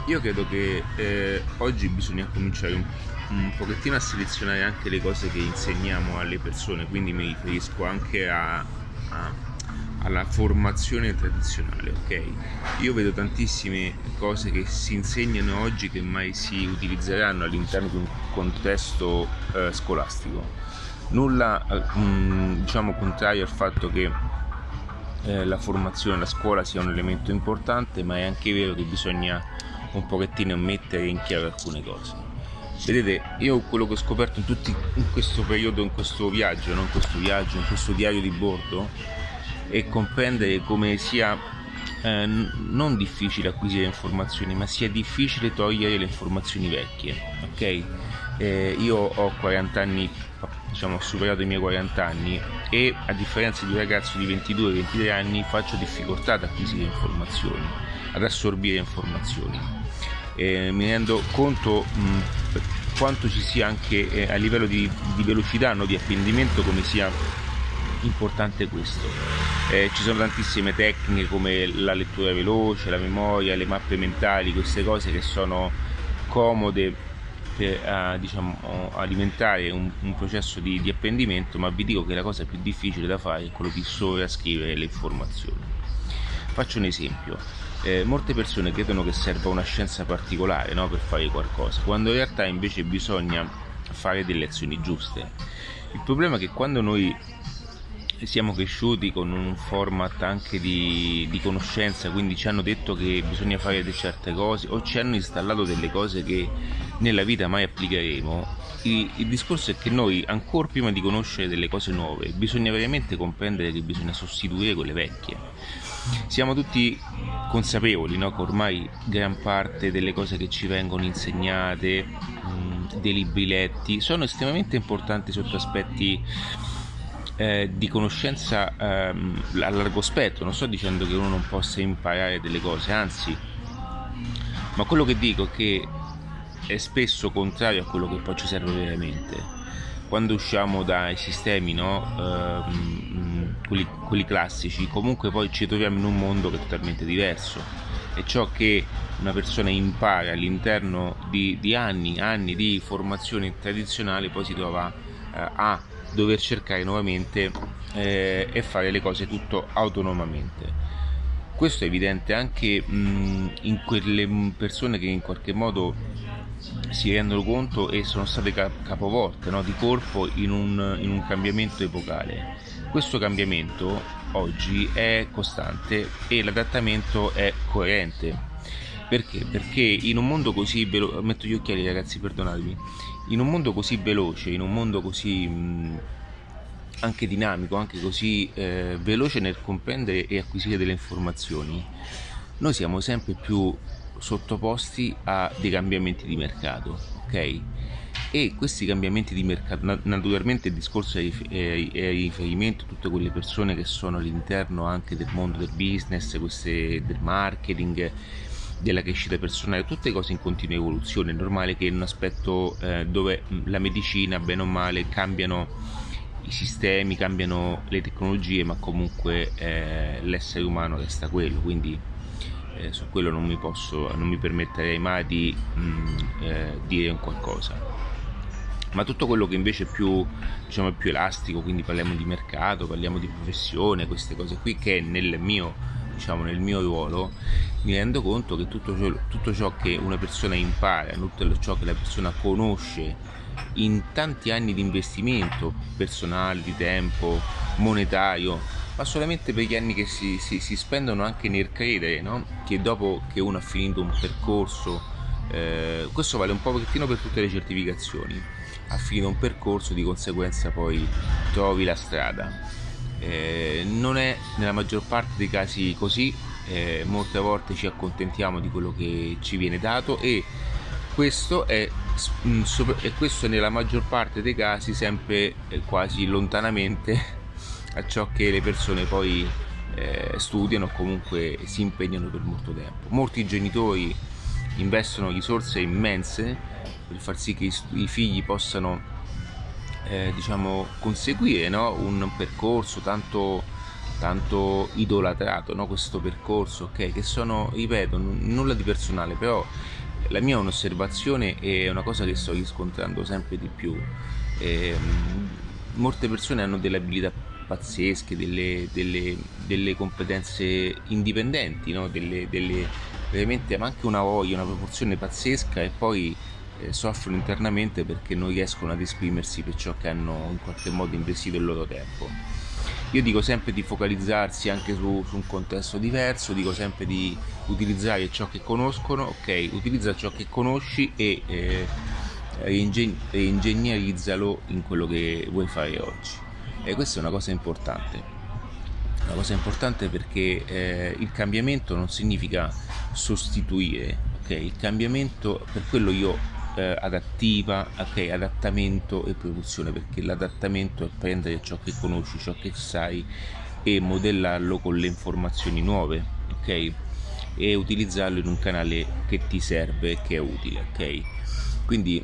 Io credo che oggi bisogna cominciare un pochettino a selezionare anche le cose che insegniamo alle persone, quindi mi riferisco anche alla formazione tradizionale, ok? Io vedo tantissime cose che si insegnano oggi che mai si utilizzeranno all'interno di un contesto scolastico. Nulla, diciamo, contrario al fatto che la formazione, la scuola sia un elemento importante, ma è anche vero che bisogna un pochettino mettere in chiaro alcune cose. Vedete, io quello che ho scoperto in questo periodo, in questo viaggio, in questo diario di bordo, è comprendere come sia non difficile acquisire informazioni, ma sia difficile togliere le informazioni vecchie, ok? Io ho 40 anni, diciamo ho superato i miei 40 anni e a differenza di un ragazzo di 22-23 anni faccio difficoltà ad acquisire informazioni, ad assorbire informazioni. Mi rendo conto quanto ci sia anche a livello di velocità, no, di apprendimento, come sia importante questo. Ci sono tantissime tecniche come la lettura veloce, la memoria, le mappe mentali, queste cose che sono comode per diciamo, alimentare un processo di apprendimento, ma vi dico che la cosa più difficile da fare è quello di sovrascrivere le informazioni. Faccio un esempio. Molte persone credono che serva una scienza particolare, no, per fare qualcosa, quando in realtà invece bisogna fare delle azioni giuste. Il problema è che quando noi siamo cresciuti con un format anche di conoscenza, quindi ci hanno detto che bisogna fare certe cose o ci hanno installato delle cose che nella vita mai applicheremo, il discorso è che noi, ancora prima di conoscere delle cose nuove, bisogna veramente comprendere che bisogna sostituire quelle vecchie. Siamo tutti consapevoli, no, che ormai gran parte delle cose che ci vengono insegnate, dei libri letti, sono estremamente importanti sotto aspetti di conoscenza a largo spettro. Non sto dicendo che uno non possa imparare delle cose, anzi, ma quello che dico è che è spesso contrario a quello che poi ci serve veramente. Quando usciamo dai sistemi, no, quelli classici, comunque poi ci troviamo in un mondo che è totalmente diverso, e ciò che una persona impara all'interno di anni di formazione tradizionale poi si trova a dover cercare nuovamente e fare le cose tutto autonomamente. Questo è evidente anche in quelle persone che in qualche modo si rendono conto e sono state capovolte, no, di colpo in un cambiamento epocale. Questo cambiamento oggi è costante e l'adattamento è coerente. Perché? Perché in un mondo così veloce, metto gli occhiali ragazzi, perdonatemi, in un mondo così veloce, in un mondo così anche dinamico, anche così veloce nel comprendere e acquisire delle informazioni, noi siamo sempre più sottoposti a dei cambiamenti di mercato, ok? E questi cambiamenti di mercato, naturalmente il discorso è riferimento a tutte quelle persone che sono all'interno anche del mondo del business, del marketing, della crescita personale, tutte cose in continua evoluzione. È normale che in un aspetto dove la medicina, bene o male, cambiano i sistemi, cambiano le tecnologie, ma comunque l'essere umano resta quello, quindi su quello non mi permetterei mai di dire un qualcosa. Ma tutto quello che invece è più, diciamo, è più elastico, quindi parliamo di mercato, parliamo di professione, queste cose qui, che nel mio ruolo mi rendo conto che tutto ciò che una persona impara, tutto ciò che la persona conosce in tanti anni di investimento personale, di tempo, monetario, ma solamente per gli anni che si spendono anche nel credere, no? Che dopo che uno ha finito un percorso, questo vale un pochettino per tutte le certificazioni, ha finito un percorso, di conseguenza poi trovi la strada. Non è nella maggior parte dei casi così, molte volte ci accontentiamo di quello che ci viene dato, e questo è nella maggior parte dei casi sempre quasi lontanamente a ciò che le persone poi studiano o comunque si impegnano per molto tempo. Molti genitori investono risorse immense per far sì che i figli possano diciamo conseguire, no, un percorso tanto idolatrato, no? Questo percorso, ok, che sono, ripeto, nulla di personale, però la mia è un'osservazione e è una cosa che sto riscontrando sempre di più. Molte persone hanno delle abilità pazzesche, delle competenze indipendenti, no? Veramente, ma anche una voglia, una proporzione pazzesca, e poi soffrono internamente perché non riescono ad esprimersi per ciò che hanno in qualche modo investito il loro tempo. Io dico sempre di focalizzarsi anche su un contesto diverso, dico sempre di utilizzare ciò che conoscono, ok? Utilizza ciò che conosci e ingegnerizzalo in quello che vuoi fare oggi. E questa è una cosa importante. Una cosa importante perché il cambiamento non significa sostituire, ok? Il cambiamento, per quello io adattiva, ok, adattamento e produzione, perché l'adattamento è prendere ciò che conosci, ciò che sai e modellarlo con le informazioni nuove, ok? E utilizzarlo in un canale che ti serve, che è utile, ok? Quindi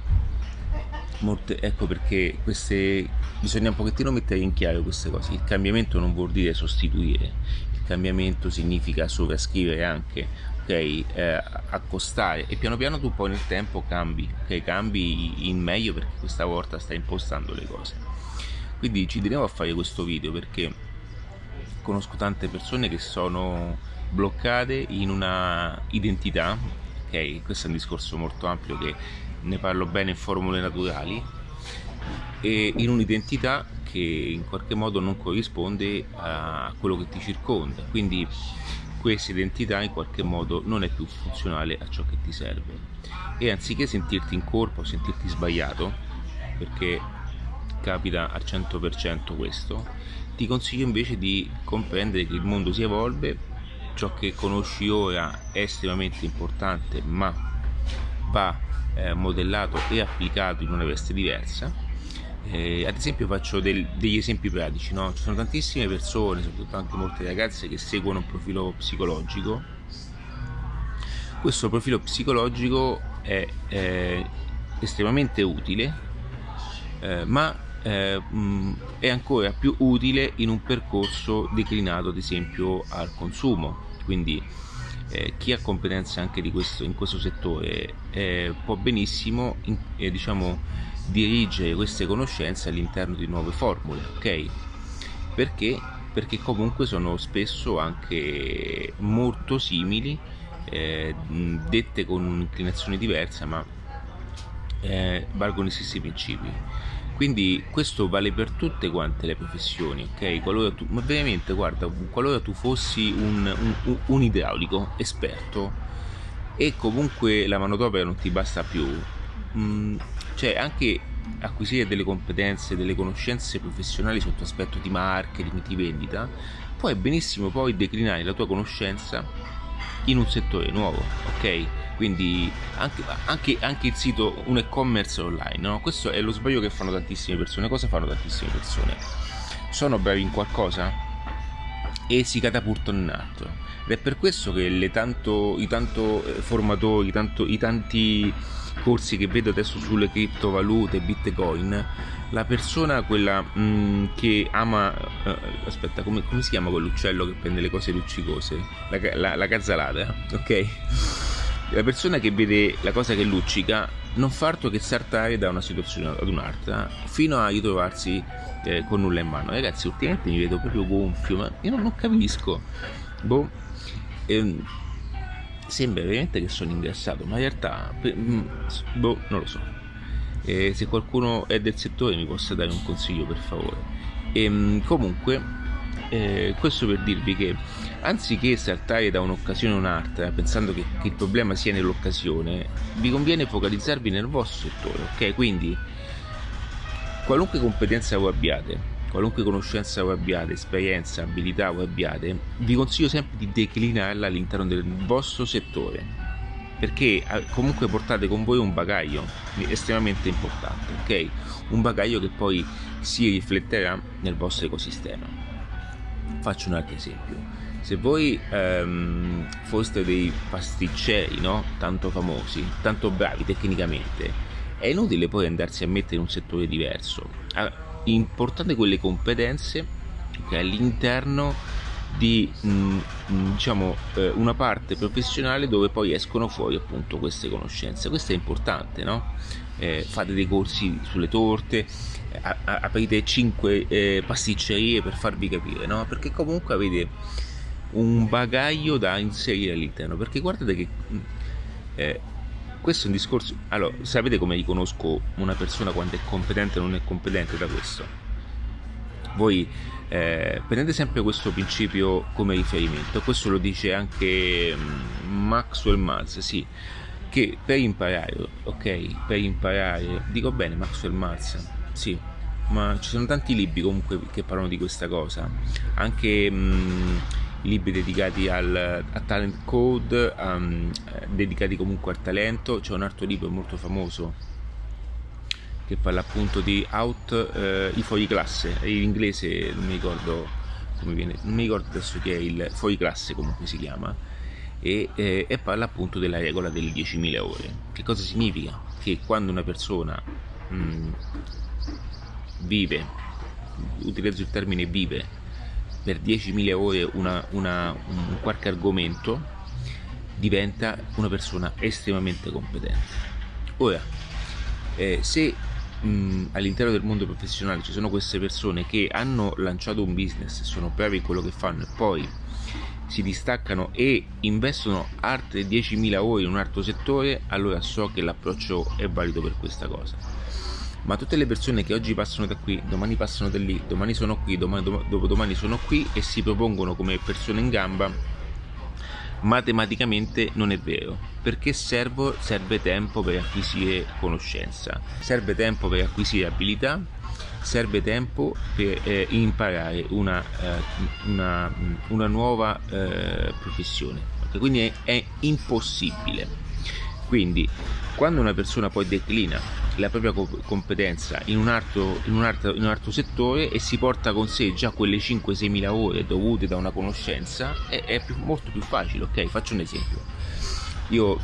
ecco perché bisogna un pochettino mettere in chiaro queste cose. Il cambiamento non vuol dire sostituire, il cambiamento significa sovrascrivere anche, ok? Accostare, e piano piano tu poi nel tempo cambi, ok? Cambi in meglio perché questa volta stai impostando le cose. Quindi ci tenevo a fare questo video perché conosco tante persone che sono bloccate in una identità, ok? Questo è un discorso molto ampio che ne parlo bene in Formule Naturali, e in un'identità che in qualche modo non corrisponde a quello che ti circonda, quindi questa identità in qualche modo non è più funzionale a ciò che ti serve, e anziché sentirti in colpa o sentirti sbagliato, perché capita al 100% questo, ti consiglio invece di comprendere che il mondo si evolve, ciò che conosci ora è estremamente importante, ma va modellato e applicato in una veste diversa. Ad esempio faccio degli esempi pratici, no? Ci sono tantissime persone, soprattutto anche molte ragazze, che seguono un profilo psicologico. Questo profilo psicologico è estremamente utile, ma è ancora più utile in un percorso declinato ad esempio al consumo. Quindi chi ha competenze anche in questo settore può benissimo dirigere queste conoscenze all'interno di nuove formule, ok? Perché comunque sono spesso anche molto simili, dette con un'inclinazione diversa, ma valgono gli stessi principi. Quindi questo vale per tutte quante le professioni, ok? Ma veramente, guarda, qualora tu fossi un idraulico esperto e comunque la manodopera non ti basta più, cioè anche acquisire delle competenze, delle conoscenze professionali sotto aspetto di marketing, di vendita, puoi benissimo poi declinare la tua conoscenza in un settore nuovo, ok? Quindi anche il sito, un e-commerce online, no? Questo è lo sbaglio che fanno tantissime persone. Cosa fanno tantissime persone? Sono bravi in qualcosa e si catapultano in altro, ed è per questo che i tanto formatori, i tanti corsi che vedo adesso sulle criptovalute, bitcoin, la persona quella che ama aspetta, come si chiama quell'uccello che prende le cose luccicose? La cazzalata, ok? La persona che vede la cosa che luccica non fa altro che saltare da una situazione ad un'altra fino a ritrovarsi con nulla in mano. Ragazzi, ultimamente mi vedo proprio gonfio, ma io non capisco. Sembra veramente che sono ingrassato, ma in realtà non lo so. Se qualcuno è del settore mi possa dare un consiglio, per favore. Comunque questo per dirvi che anziché saltare da un'occasione a un'altra pensando che il problema sia nell'occasione, vi conviene focalizzarvi nel vostro settore, ok? Quindi qualunque competenza voi abbiate, qualunque conoscenza voi abbiate, esperienza, abilità voi abbiate, vi consiglio sempre di declinarla all'interno del vostro settore, perché comunque portate con voi un bagaglio estremamente importante, ok? Un bagaglio che poi si rifletterà nel vostro ecosistema. Faccio un altro esempio: se voi foste dei pasticceri, no? Tanto famosi, tanto bravi tecnicamente, è inutile poi andarsi a mettere in un settore diverso. Portate quelle competenze, okay, all'interno di diciamo una parte professionale dove poi escono fuori appunto queste conoscenze. Questo è importante, no? Fate dei corsi sulle torte, aprite 5 pasticcerie per farvi capire, no? Perché comunque avete un bagaglio da inserire all'interno, perché guardate che questo è un discorso. Allora, sapete come riconosco una persona quando è competente o non è competente da questo? Voi prendete sempre questo principio come riferimento, questo lo dice anche Maxwell Maltz, sì, che per imparare, dico bene Maxwell Maltz, sì, ma ci sono tanti libri comunque che parlano di questa cosa, anche i libri dedicati a talent code, dedicati comunque al talento. C'è un altro libro molto famoso che parla appunto di i fuori classe, in inglese non mi ricordo come viene, non mi ricordo adesso che è il fuori classe comunque si chiama, e parla appunto della regola delle 10.000 ore. Che cosa significa? Che quando una persona vive, utilizzo il termine vive, per 10.000 ore un qualche argomento, diventa una persona estremamente competente. Ora, se all'interno del mondo professionale ci sono queste persone che hanno lanciato un business, sono bravi in quello che fanno e poi si distaccano e investono altre 10.000 ore in un altro settore, allora so che l'approccio è valido per questa cosa. Ma tutte le persone che oggi passano da qui, domani passano da lì, domani sono qui, dopodomani sono qui e si propongono come persone in gamba, matematicamente non è vero, perché serve tempo per acquisire conoscenza, serve tempo per acquisire abilità, serve tempo per imparare una nuova professione, okay? Quindi è impossibile. Quindi quando una persona poi declina la propria competenza in un altro settore e si porta con sé già quelle 5-6 mila ore dovute da una conoscenza, è molto più facile, ok? Faccio un esempio. Io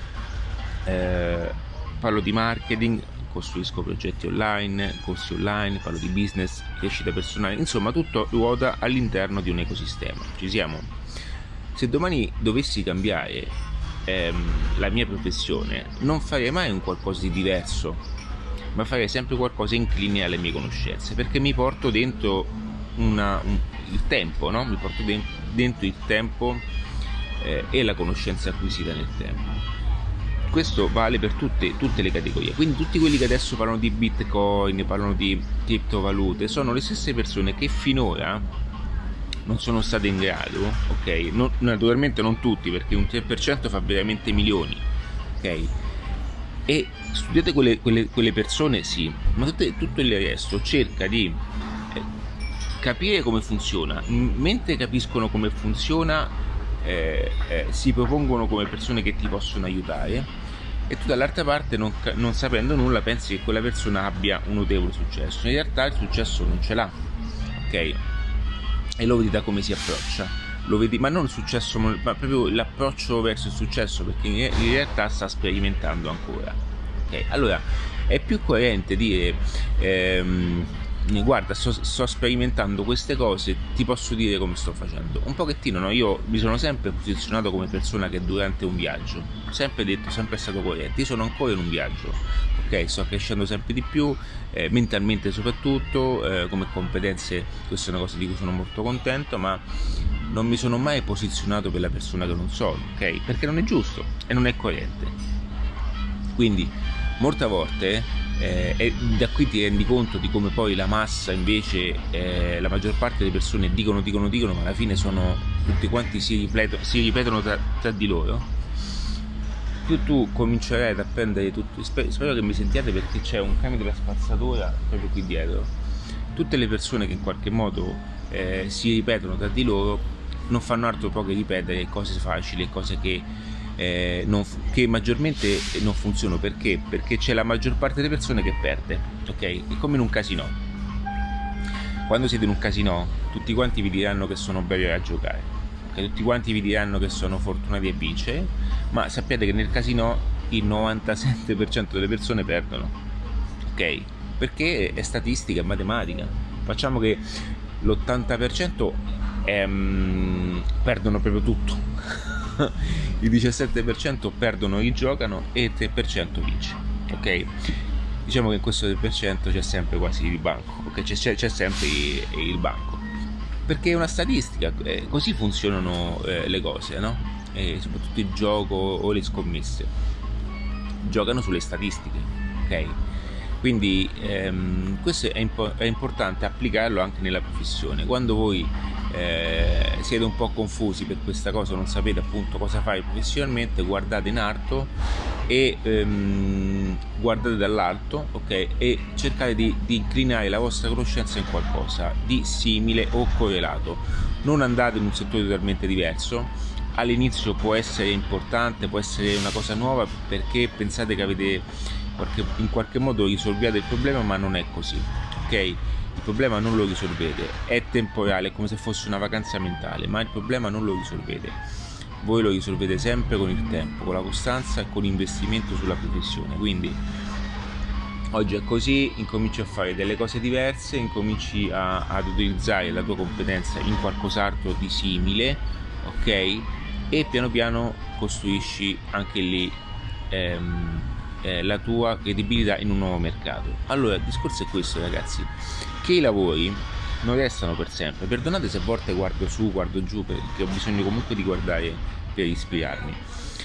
parlo di marketing, costruisco progetti online, corsi online, parlo di business, crescita personale, insomma tutto ruota all'interno di un ecosistema. Ci siamo? Se domani dovessi cambiare la mia professione, non farei mai un qualcosa di diverso, ma farei sempre qualcosa incline alle mie conoscenze, perché mi porto dentro il tempo, no? Mi porto dentro il tempo e la conoscenza acquisita nel tempo. Questo vale per tutte le categorie. Quindi tutti quelli che adesso parlano di Bitcoin, parlano di criptovalute, sono le stesse persone che finora non sono state in grado, ok? Naturalmente non tutti, perché un 3% fa veramente milioni, ok? E studiate quelle persone, sì, ma tutto il resto cerca di capire come funziona. Mentre capiscono come funziona, si propongono come persone che ti possono aiutare, e tu dall'altra parte, non sapendo nulla, pensi che quella persona abbia un notevole successo. In realtà il successo non ce l'ha, ok? E lo vedi da come si approccia, lo vedi, ma non il successo, ma proprio l'approccio verso il successo, perché in realtà sta sperimentando ancora, ok? Allora è più coerente dire guarda, sto sperimentando queste cose, ti posso dire come sto facendo un pochettino, no? Io mi sono sempre posizionato come persona che durante un viaggio, sempre detto, sempre stato coerente, io sono ancora in un viaggio, ok? Sto crescendo sempre di più, mentalmente soprattutto, come competenze. Questa è una cosa di cui sono molto contento, ma non mi sono mai posizionato per la persona che non sono, ok? Perché non è giusto e non è coerente. Quindi molte volte e da qui ti rendi conto di come poi la massa invece, la maggior parte delle persone dicono, ma alla fine sono tutti quanti si ripetono tra di loro. Più tu comincerai ad apprendere tutto, spero che mi sentiate perché c'è un camion della spazzatura proprio qui dietro. Tutte le persone che in qualche modo si ripetono tra di loro non fanno altro che ripetere cose facili, cose che maggiormente non funzionano. Perché? Perché c'è la maggior parte delle persone che perde, ok? È come in un casino. Quando siete in un casino, tutti quanti vi diranno che sono bravi a giocare, okay? Tutti quanti vi diranno che sono fortunati a vincere, ma sappiate che nel casino il 97% delle persone perdono, ok? Perché è statistica, è matematica. Facciamo che l'80% perdono proprio tutto. Il 17% perdono e giocano e il 3% vince, ok? Diciamo che in questo 3% c'è sempre quasi il banco, ok? C'è sempre il banco, perché è una statistica, così funzionano le cose, no? E soprattutto il gioco o le scommesse giocano sulle statistiche, ok? Quindi questo è importante applicarlo anche nella professione. Quando voi siete un po' confusi per questa cosa, non sapete appunto cosa fare professionalmente, guardate in alto e guardate dall'alto, ok? E cercate di inclinare la vostra conoscenza in qualcosa di simile o correlato. Non andate in un settore totalmente diverso. All'inizio può essere importante, può essere una cosa nuova perché pensate che avete in qualche modo risolviate il problema, ma non è così, ok? Il problema non lo risolvete, è temporale, è come se fosse una vacanza mentale, ma il problema non lo risolvete. Voi lo risolvete sempre con il tempo, con la costanza e con l'investimento sulla professione. Quindi oggi è così, incominci a fare delle cose diverse, incominci ad utilizzare la tua competenza in qualcos'altro di simile, ok? E piano piano costruisci anche lì la tua credibilità in un nuovo mercato. Allora il discorso è questo, ragazzi, che i lavori non restano per sempre. Perdonate se a volte guardo su, guardo giù, perché ho bisogno comunque di guardare per ispirarmi.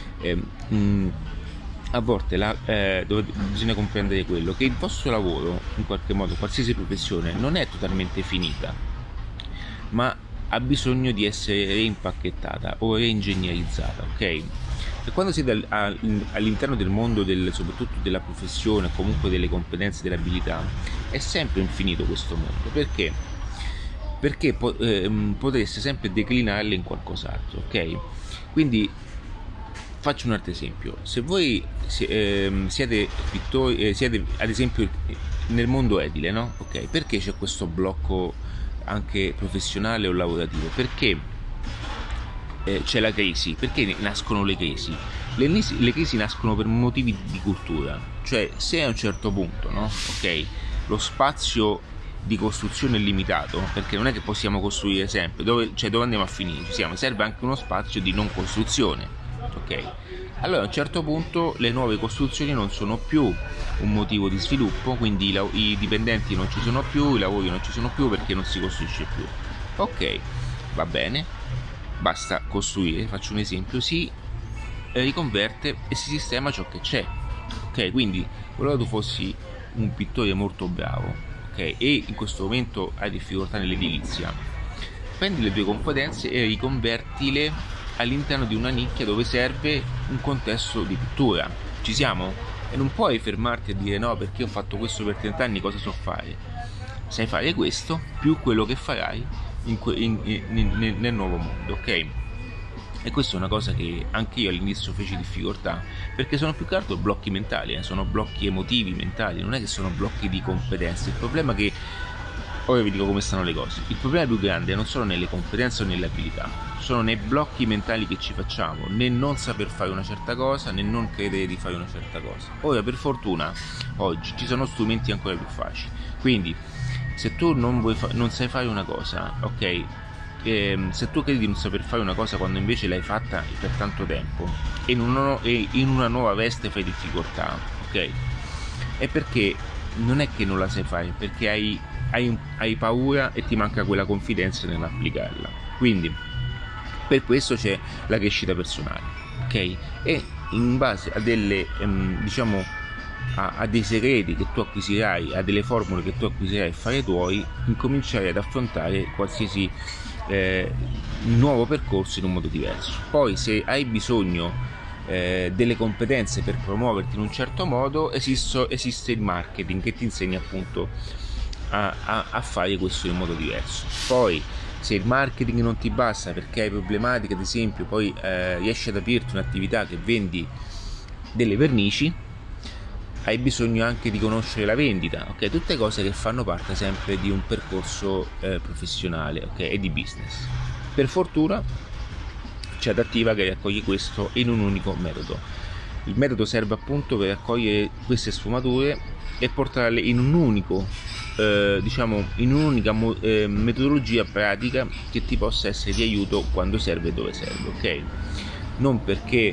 A volte bisogna comprendere quello, che il vostro lavoro, in qualche modo, qualsiasi professione, non è totalmente finita, ma ha bisogno di essere reimpacchettata o reingegnerizzata, ok? E quando siete all'interno del mondo soprattutto della professione, comunque delle competenze, delle abilità, è sempre infinito questo mondo. Perché? Perché potreste sempre declinarle in qualcos'altro, ok? Quindi faccio un altro esempio. Se voi siete pittori, siete ad esempio nel mondo edile, no? Ok? Perché c'è questo blocco anche professionale o lavorativo? Perché c'è la crisi? Perché nascono le crisi? Le crisi nascono per motivi di cultura, cioè se a un certo punto, no? Ok, lo spazio di costruzione è limitato, perché non è che possiamo costruire sempre, dove andiamo a finire? Serve anche uno spazio di non costruzione, ok? Allora a un certo punto le nuove costruzioni non sono più un motivo di sviluppo, quindi i dipendenti non ci sono più, i lavori non ci sono più perché non si costruisce più. Ok, va bene, basta costruire, faccio un esempio, si riconverte e si sistema ciò che c'è, ok? Quindi qualora tu fossi un pittore molto bravo, ok, e in questo momento hai difficoltà nell'edilizia, prendi le tue competenze e riconvertile all'interno di una nicchia dove serve un contesto di pittura. Ci siamo? E non puoi fermarti a dire no, perché ho fatto questo per 30 anni, cosa so fare? Sai fare questo più quello che farai nel nuovo mondo, ok? E questa è una cosa che anche io all'inizio feci difficoltà, perché sono più che altro blocchi mentali, sono blocchi emotivi mentali, non è che sono blocchi di competenze. Il problema è che, ora vi dico come stanno le cose, il problema più grande non sono nelle competenze o nelle abilità, sono nei blocchi mentali che ci facciamo, nel non saper fare una certa cosa, nel non credere di fare una certa cosa. Ora per fortuna oggi ci sono strumenti ancora più facili, quindi se tu non sai fare una cosa, ok, se tu credi di non saper fare una cosa quando invece l'hai fatta per tanto tempo e in una nuova veste fai difficoltà, ok, è perché non è che non la sai fare, perché hai paura e ti manca quella confidenza nell'applicarla. Quindi per questo c'è la crescita personale, ok, e in base a delle a dei segreti che tu acquisirai, a delle formule che tu acquisirai affari tuoi, incominciare ad affrontare qualsiasi nuovo percorso in un modo diverso. Poi se hai bisogno delle competenze per promuoverti in un certo modo, esiste il marketing che ti insegna appunto a fare questo in modo diverso. Poi se il marketing non ti basta perché hai problematiche, ad esempio, poi riesci ad aprirti un'attività che vendi delle vernici, hai bisogno anche di conoscere la vendita, ok? Tutte cose che fanno parte sempre di un percorso professionale, ok? E di business. Per fortuna c'è Adattiva che raccoglie questo in un unico metodo. Il metodo serve appunto per raccogliere queste sfumature e portarle in un unico diciamo in un'unica metodologia pratica che ti possa essere di aiuto quando serve e dove serve, ok? Non perché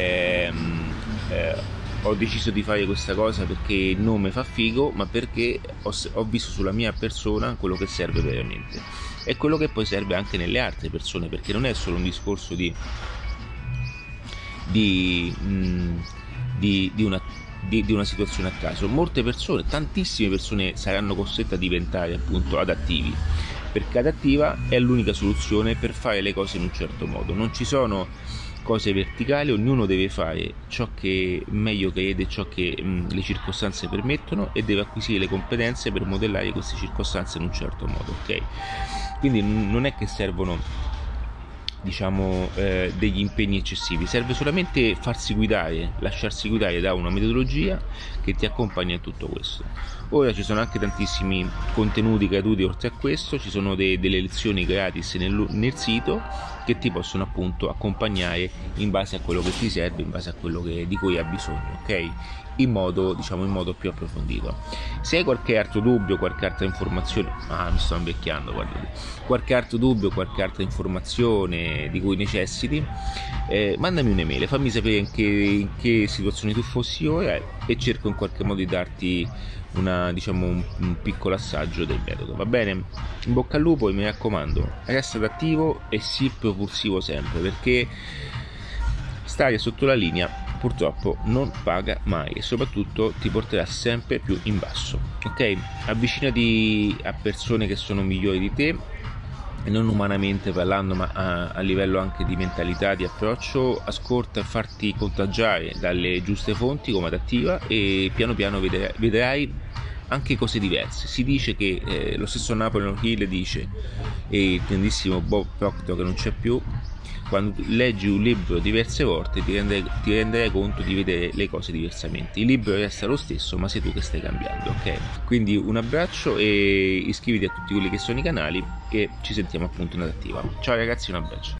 ho deciso di fare questa cosa perché non mi fa figo, ma perché ho visto sulla mia persona quello che serve veramente e quello che poi serve anche nelle altre persone, perché non è solo un discorso di una situazione a caso. Molte persone, tantissime persone saranno costrette a diventare appunto adattivi, perché adattiva è l'unica soluzione per fare le cose in un certo modo. Non ci sono cose verticali, ognuno deve fare ciò che meglio crede, ciò che le circostanze permettono, e deve acquisire le competenze per modellare queste circostanze in un certo modo, ok? Quindi non è che servono, diciamo, degli impegni eccessivi, serve solamente farsi guidare, lasciarsi guidare da una metodologia che ti accompagna in tutto questo. Ora ci sono anche tantissimi contenuti gratuiti, oltre a questo ci sono delle lezioni gratis nel sito che ti possono appunto accompagnare in base a quello che ti serve, in base a quello di cui hai bisogno, ok? In modo più approfondito. Se hai qualche altro dubbio, qualche altra informazione, mi sto invecchiando, guardate, qualche altro dubbio, qualche altra informazione di cui necessiti, mandami un'email, fammi sapere in che situazione tu fossi ora e cerco in qualche modo di darti un piccolo assaggio del metodo, va bene? In bocca al lupo, e mi raccomando, resta attivo e sii propulsivo sempre, perché stare sotto la linea purtroppo non paga mai e soprattutto ti porterà sempre più in basso, ok? Avvicinati a persone che sono migliori di te, e non umanamente parlando, ma a livello anche di mentalità, di approccio. Ascolta e farti contagiare dalle giuste fonti come Adattiva, e piano piano vedrai anche cose diverse. Si dice che lo stesso Napoleon Hill dice, e il grandissimo Bob Proctor che non c'è più, quando leggi un libro diverse volte ti renderai conto di vedere le cose diversamente. Il libro resta lo stesso, ma sei tu che stai cambiando, ok? Quindi un abbraccio e iscriviti a tutti quelli che sono i canali, e ci sentiamo appunto in Adattiva. Ciao ragazzi, un abbraccio.